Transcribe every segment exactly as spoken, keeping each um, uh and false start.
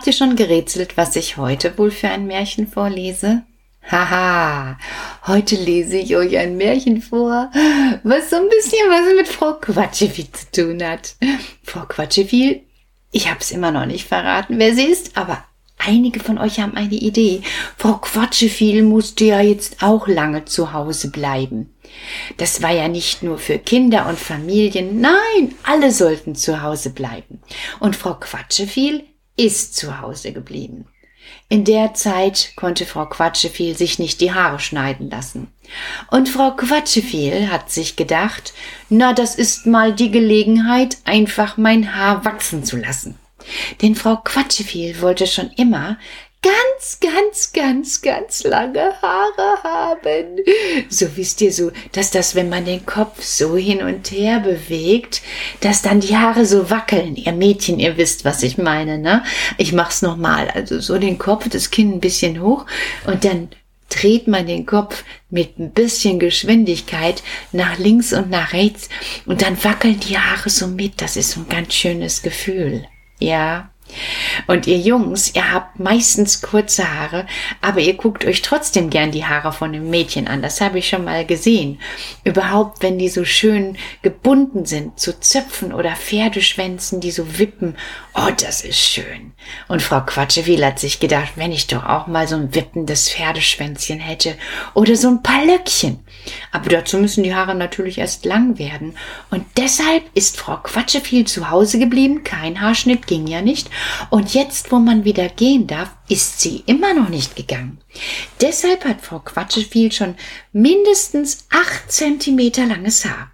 Habt ihr schon gerätselt, was ich heute wohl für ein Märchen vorlese? Haha, heute lese ich euch ein Märchen vor, was so ein bisschen was mit Frau Quatscheviel zu tun hat. Frau Quatscheviel, ich habe es immer noch nicht verraten, wer sie ist, aber einige von euch haben eine Idee. Frau Quatscheviel musste ja jetzt auch lange zu Hause bleiben. Das war ja nicht nur für Kinder und Familien, nein, alle sollten zu Hause bleiben. Und Frau Quatscheviel ist zu Hause geblieben. In der Zeit konnte Frau Quatscheviel sich nicht die Haare schneiden lassen. Und Frau Quatscheviel hat sich gedacht, na, das ist mal die Gelegenheit, einfach mein Haar wachsen zu lassen. Denn Frau Quatscheviel wollte schon immer ganz, ganz, ganz, ganz lange Haare haben. So wisst ihr so, dass das, wenn man den Kopf so hin und her bewegt, dass dann die Haare so wackeln. Ihr Mädchen, ihr wisst, was ich meine, ne? Ich mach's nochmal. Also so den Kopf, das Kinn ein bisschen hoch und dann dreht man den Kopf mit ein bisschen Geschwindigkeit nach links und nach rechts und dann wackeln die Haare so mit. Das ist so ein ganz schönes Gefühl. Ja. Und ihr Jungs, ihr habt meistens kurze Haare, aber ihr guckt euch trotzdem gern die Haare von dem Mädchen an. Das habe ich schon mal gesehen. Überhaupt, wenn die so schön gebunden sind zu Zöpfen oder Pferdeschwänzen, die so wippen. Oh, das ist schön. Und Frau Quatscheviel hat sich gedacht, wenn ich doch auch mal so ein wippendes Pferdeschwänzchen hätte oder so ein paar Löckchen. Aber dazu müssen die Haare natürlich erst lang werden. Und deshalb ist Frau Quatscheviel zu Hause geblieben. Kein Haarschnitt ging ja nicht. Und jetzt, wo man wieder gehen darf, ist sie immer noch nicht gegangen. Deshalb hat Frau Quatscheviel schon mindestens acht Zentimeter langes Haar.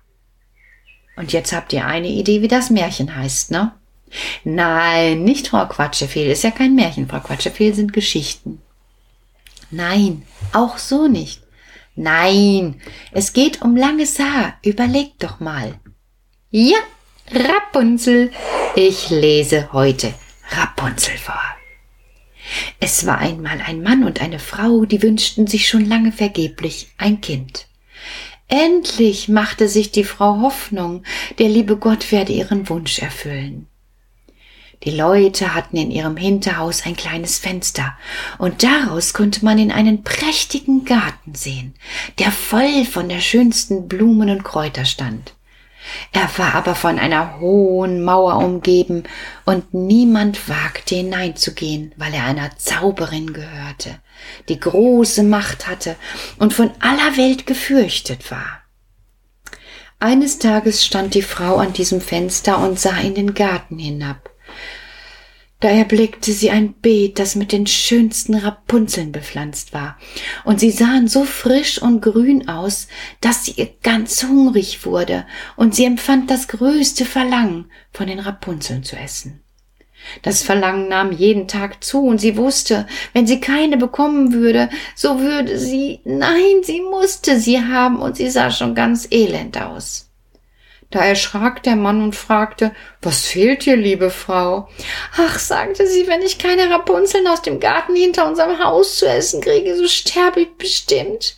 Und jetzt habt ihr eine Idee, wie das Märchen heißt, ne? Nein, nicht Frau Quatscheviel, ist ja kein Märchen. Frau Quatscheviel sind Geschichten. Nein, auch so nicht. Nein, es geht um langes Haar. Überlegt doch mal. Ja, Rapunzel. Ich lese heute Rapunzel vor. Es war einmal ein Mann und eine Frau, die wünschten sich schon lange vergeblich ein Kind. Endlich machte sich die Frau Hoffnung, der liebe Gott werde ihren Wunsch erfüllen. Die Leute hatten in ihrem Hinterhaus ein kleines Fenster, und daraus konnte man in einen prächtigen Garten sehen, der voll von der schönsten Blumen und Kräuter stand. Er war aber von einer hohen Mauer umgeben, und niemand wagte hineinzugehen, weil er einer Zauberin gehörte, die große Macht hatte und von aller Welt gefürchtet war. Eines Tages stand die Frau an diesem Fenster und sah in den Garten hinab. Da erblickte sie ein Beet, das mit den schönsten Rapunzeln bepflanzt war, und sie sahen so frisch und grün aus, dass sie ihr ganz hungrig wurde, und sie empfand das größte Verlangen, von den Rapunzeln zu essen. Das Verlangen nahm jeden Tag zu, und sie wusste, wenn sie keine bekommen würde, so würde sie, nein, sie musste sie haben, und sie sah schon ganz elend aus. Da erschrak der Mann und fragte, was fehlt dir, liebe Frau? Ach, sagte sie, wenn ich keine Rapunzeln aus dem Garten hinter unserem Haus zu essen kriege, so sterbe ich bestimmt.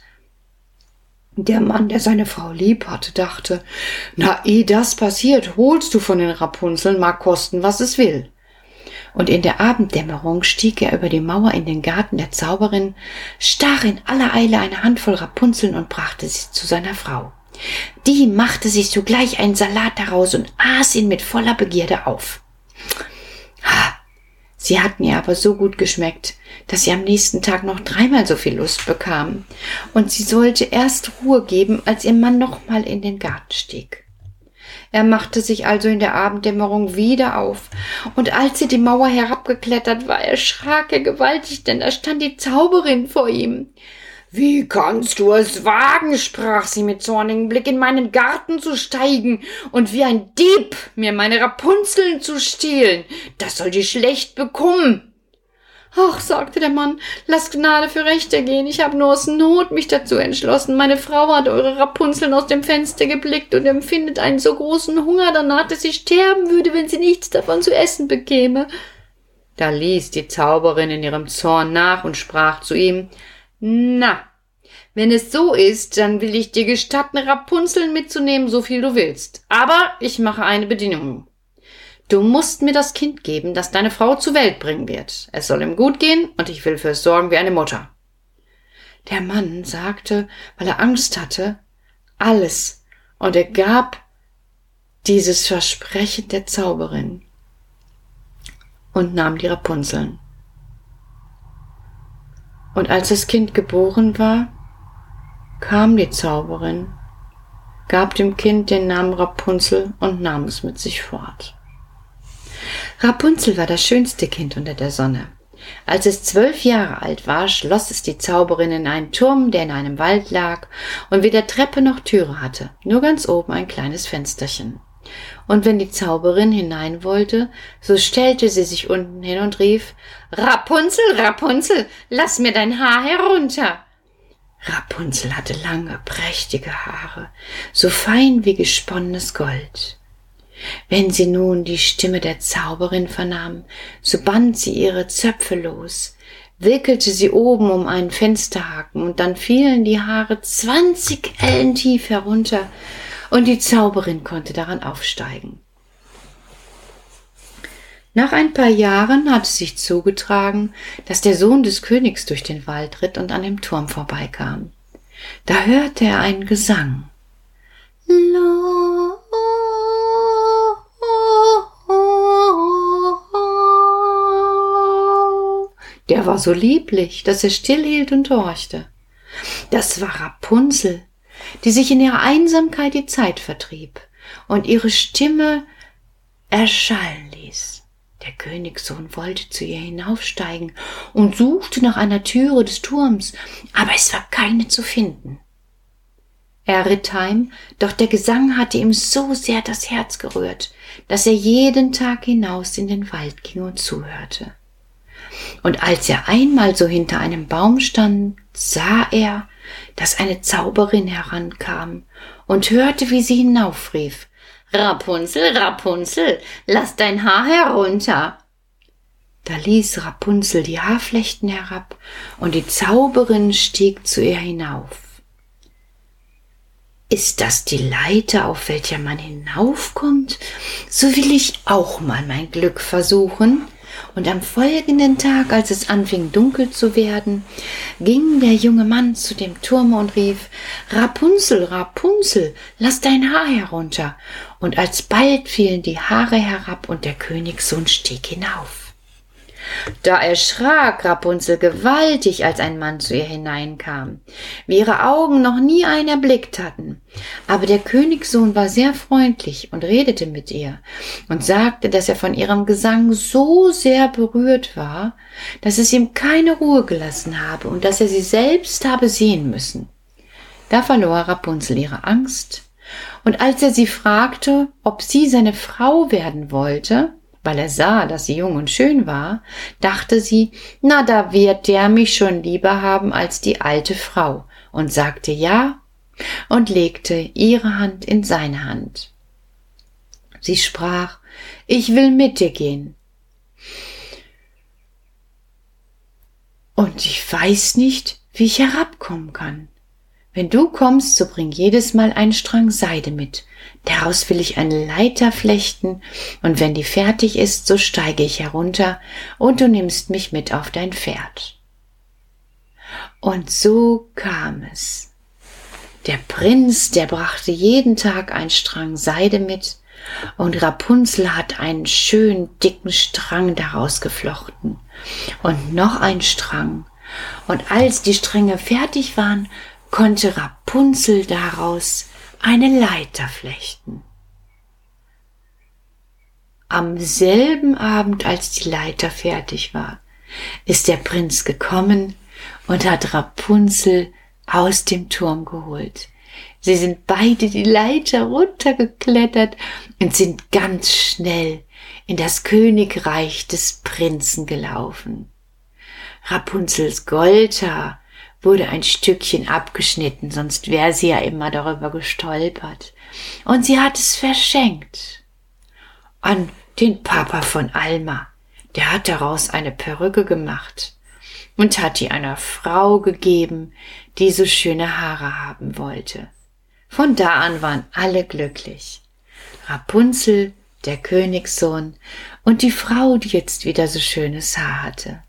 Der Mann, der seine Frau lieb hatte, dachte, na, ehe das passiert, holst du von den Rapunzeln, mag kosten, was es will. Und in der Abenddämmerung stieg er über die Mauer in den Garten der Zauberin, stach in aller Eile eine Handvoll Rapunzeln und brachte sie zu seiner Frau. Die machte sich sogleich einen Salat daraus und aß ihn mit voller Begierde auf. Ha, sie hatten ihr aber so gut geschmeckt, dass sie am nächsten Tag noch dreimal so viel Lust bekam, und sie sollte erst Ruhe geben, als ihr Mann noch mal in den Garten stieg. Er machte sich also in der Abenddämmerung wieder auf, und als sie die Mauer herabgeklettert war, erschrak er gewaltig, denn da stand die Zauberin vor ihm. »Wie kannst du es wagen«, sprach sie mit zornigem Blick, »in meinen Garten zu steigen und wie ein Dieb mir meine Rapunzeln zu stehlen? Das soll dir schlecht bekommen.« »Ach«, sagte der Mann, »lass Gnade für Recht ergehen. Ich habe nur aus Not mich dazu entschlossen. Meine Frau hat eure Rapunzeln aus dem Fenster geblickt und empfindet einen so großen Hunger danach, dass sie sterben würde, wenn sie nichts davon zu essen bekäme.« Da ließ die Zauberin in ihrem Zorn nach und sprach zu ihm, »Na, wenn es so ist, dann will ich dir gestatten, Rapunzeln mitzunehmen, so viel du willst. Aber ich mache eine Bedingung. Du musst mir das Kind geben, das deine Frau zur Welt bringen wird. Es soll ihm gut gehen und ich will für es sorgen wie eine Mutter. Der Mann sagte, weil er Angst hatte, alles, und er gab dieses Versprechen der Zauberin und nahm die Rapunzeln. Und als das Kind geboren war, kam die Zauberin, gab dem Kind den Namen Rapunzel und nahm es mit sich fort. Rapunzel war das schönste Kind unter der Sonne. Als es zwölf Jahre alt war, schloss es die Zauberin in einen Turm, der in einem Wald lag und weder Treppe noch Türe hatte, nur ganz oben ein kleines Fensterchen. Und wenn die Zauberin hinein wollte, so stellte sie sich unten hin und rief, »Rapunzel, Rapunzel, lass mir dein Haar herunter!« Rapunzel hatte lange, prächtige Haare, so fein wie gesponnenes Gold. Wenn sie nun die Stimme der Zauberin vernahm, so band sie ihre Zöpfe los, wickelte sie oben um einen Fensterhaken und dann fielen die Haare zwanzig Ellen tief herunter und die Zauberin konnte daran aufsteigen. Nach ein paar Jahren hatte sich zugetragen, dass der Sohn des Königs durch den Wald ritt und an dem Turm vorbeikam. Da hörte er einen Gesang. Der war so lieblich, dass er stillhielt und horchte. Das war Rapunzel, die sich in ihrer Einsamkeit die Zeit vertrieb und ihre Stimme erschallen ließ. Der Königssohn wollte zu ihr hinaufsteigen und suchte nach einer Türe des Turms, aber es war keine zu finden. Er ritt heim, doch der Gesang hatte ihm so sehr das Herz gerührt, dass er jeden Tag hinaus in den Wald ging und zuhörte. Und als er einmal so hinter einem Baum stand, sah er, dass eine Zauberin herankam und hörte, wie sie hinaufrief, »Rapunzel, Rapunzel, lass dein Haar herunter!« Da ließ Rapunzel die Haarflechten herab und die Zauberin stieg zu ihr hinauf. »Ist das die Leiter, auf welcher man hinaufkommt? So will ich auch mal mein Glück versuchen.« Und am folgenden Tag, als es anfing dunkel zu werden, ging der junge Mann zu dem Turm und rief, »Rapunzel, Rapunzel, lass dein Haar herunter!« Und alsbald fielen die Haare herab und der Königssohn stieg hinauf. Da erschrak Rapunzel gewaltig, als ein Mann zu ihr hineinkam, wie ihre Augen noch nie einen erblickt hatten. Aber der Königssohn war sehr freundlich und redete mit ihr und sagte, dass er von ihrem Gesang so sehr berührt war, dass es ihm keine Ruhe gelassen habe und dass er sie selbst habe sehen müssen. Da verlor Rapunzel ihre Angst, und als er sie fragte, ob sie seine Frau werden wollte, weil er sah, dass sie jung und schön war, dachte sie, na, da wird der mich schon lieber haben als die alte Frau, und sagte ja und legte ihre Hand in seine Hand. Sie sprach, ich will mit dir gehen. Und ich weiß nicht, wie ich herabkommen kann. Wenn du kommst, so bring jedes Mal einen Strang Seide mit. Daraus will ich eine Leiter flechten, und wenn die fertig ist, so steige ich herunter, und du nimmst mich mit auf dein Pferd. Und so kam es. Der Prinz, der brachte jeden Tag einen Strang Seide mit, und Rapunzel hat einen schönen dicken Strang daraus geflochten, und noch einen Strang. Und als die Stränge fertig waren, konnte Rapunzel daraus eine Leiter flechten. Am selben Abend, als die Leiter fertig war, ist der Prinz gekommen und hat Rapunzel aus dem Turm geholt. Sie sind beide die Leiter runtergeklettert und sind ganz schnell in das Königreich des Prinzen gelaufen. Rapunzels Goldhaar wurde ein Stückchen abgeschnitten, sonst wäre sie ja immer darüber gestolpert. Und sie hat es verschenkt an den Papa von Alma. Der hat daraus eine Perücke gemacht und hat die einer Frau gegeben, die so schöne Haare haben wollte. Von da an waren alle glücklich. Rapunzel der Königssohn und die Frau, die jetzt wieder so schönes Haar hatte.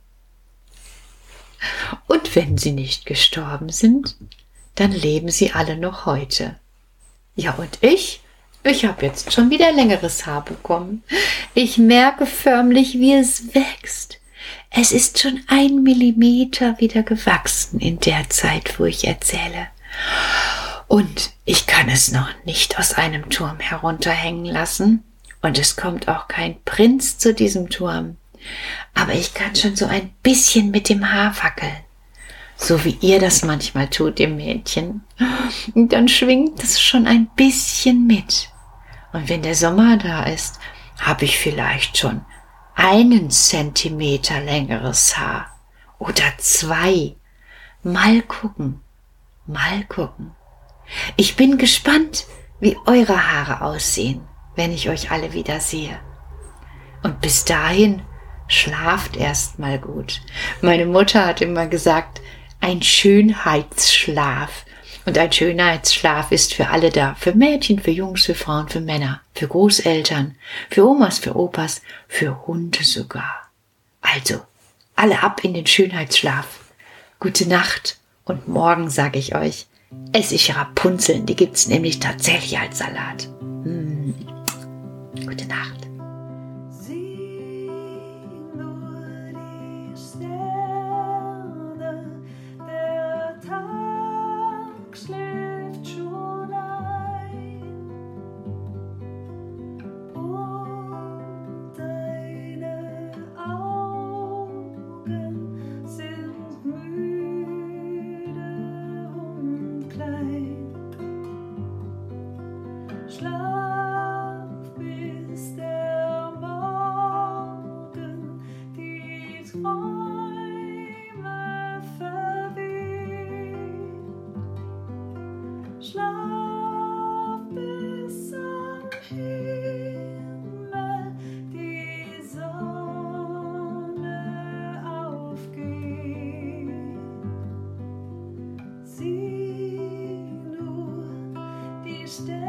Und wenn sie nicht gestorben sind, dann leben sie alle noch heute. Ja, und ich? Ich habe jetzt schon wieder längeres Haar bekommen. Ich merke förmlich, wie es wächst. Es ist schon ein Millimeter wieder gewachsen in der Zeit, wo ich erzähle. Und ich kann es noch nicht aus einem Turm herunterhängen lassen. Und es kommt auch kein Prinz zu diesem Turm. Aber ich kann schon so ein bisschen mit dem Haar wackeln. So wie ihr das manchmal tut, ihr Mädchen. Und dann schwingt es schon ein bisschen mit. Und wenn der Sommer da ist, habe ich vielleicht schon einen Zentimeter längeres Haar. Oder zwei. Mal gucken. Mal gucken. Ich bin gespannt, wie eure Haare aussehen, wenn ich euch alle wieder sehe. Und bis dahin schlaft erst mal gut. Meine Mutter hat immer gesagt, ein Schönheitsschlaf. Und ein Schönheitsschlaf ist für alle da. Für Mädchen, für Jungs, für Frauen, für Männer, für Großeltern, für Omas, für Opas, für Hunde sogar. Also, alle ab in den Schönheitsschlaf. Gute Nacht und morgen sage ich euch, esse ich Rapunzeln, die gibt's nämlich tatsächlich als Salat. Mmh. Gute Nacht. Schlaf bis am Himmel die Sonne aufgeht. Sieh nur die Sterne.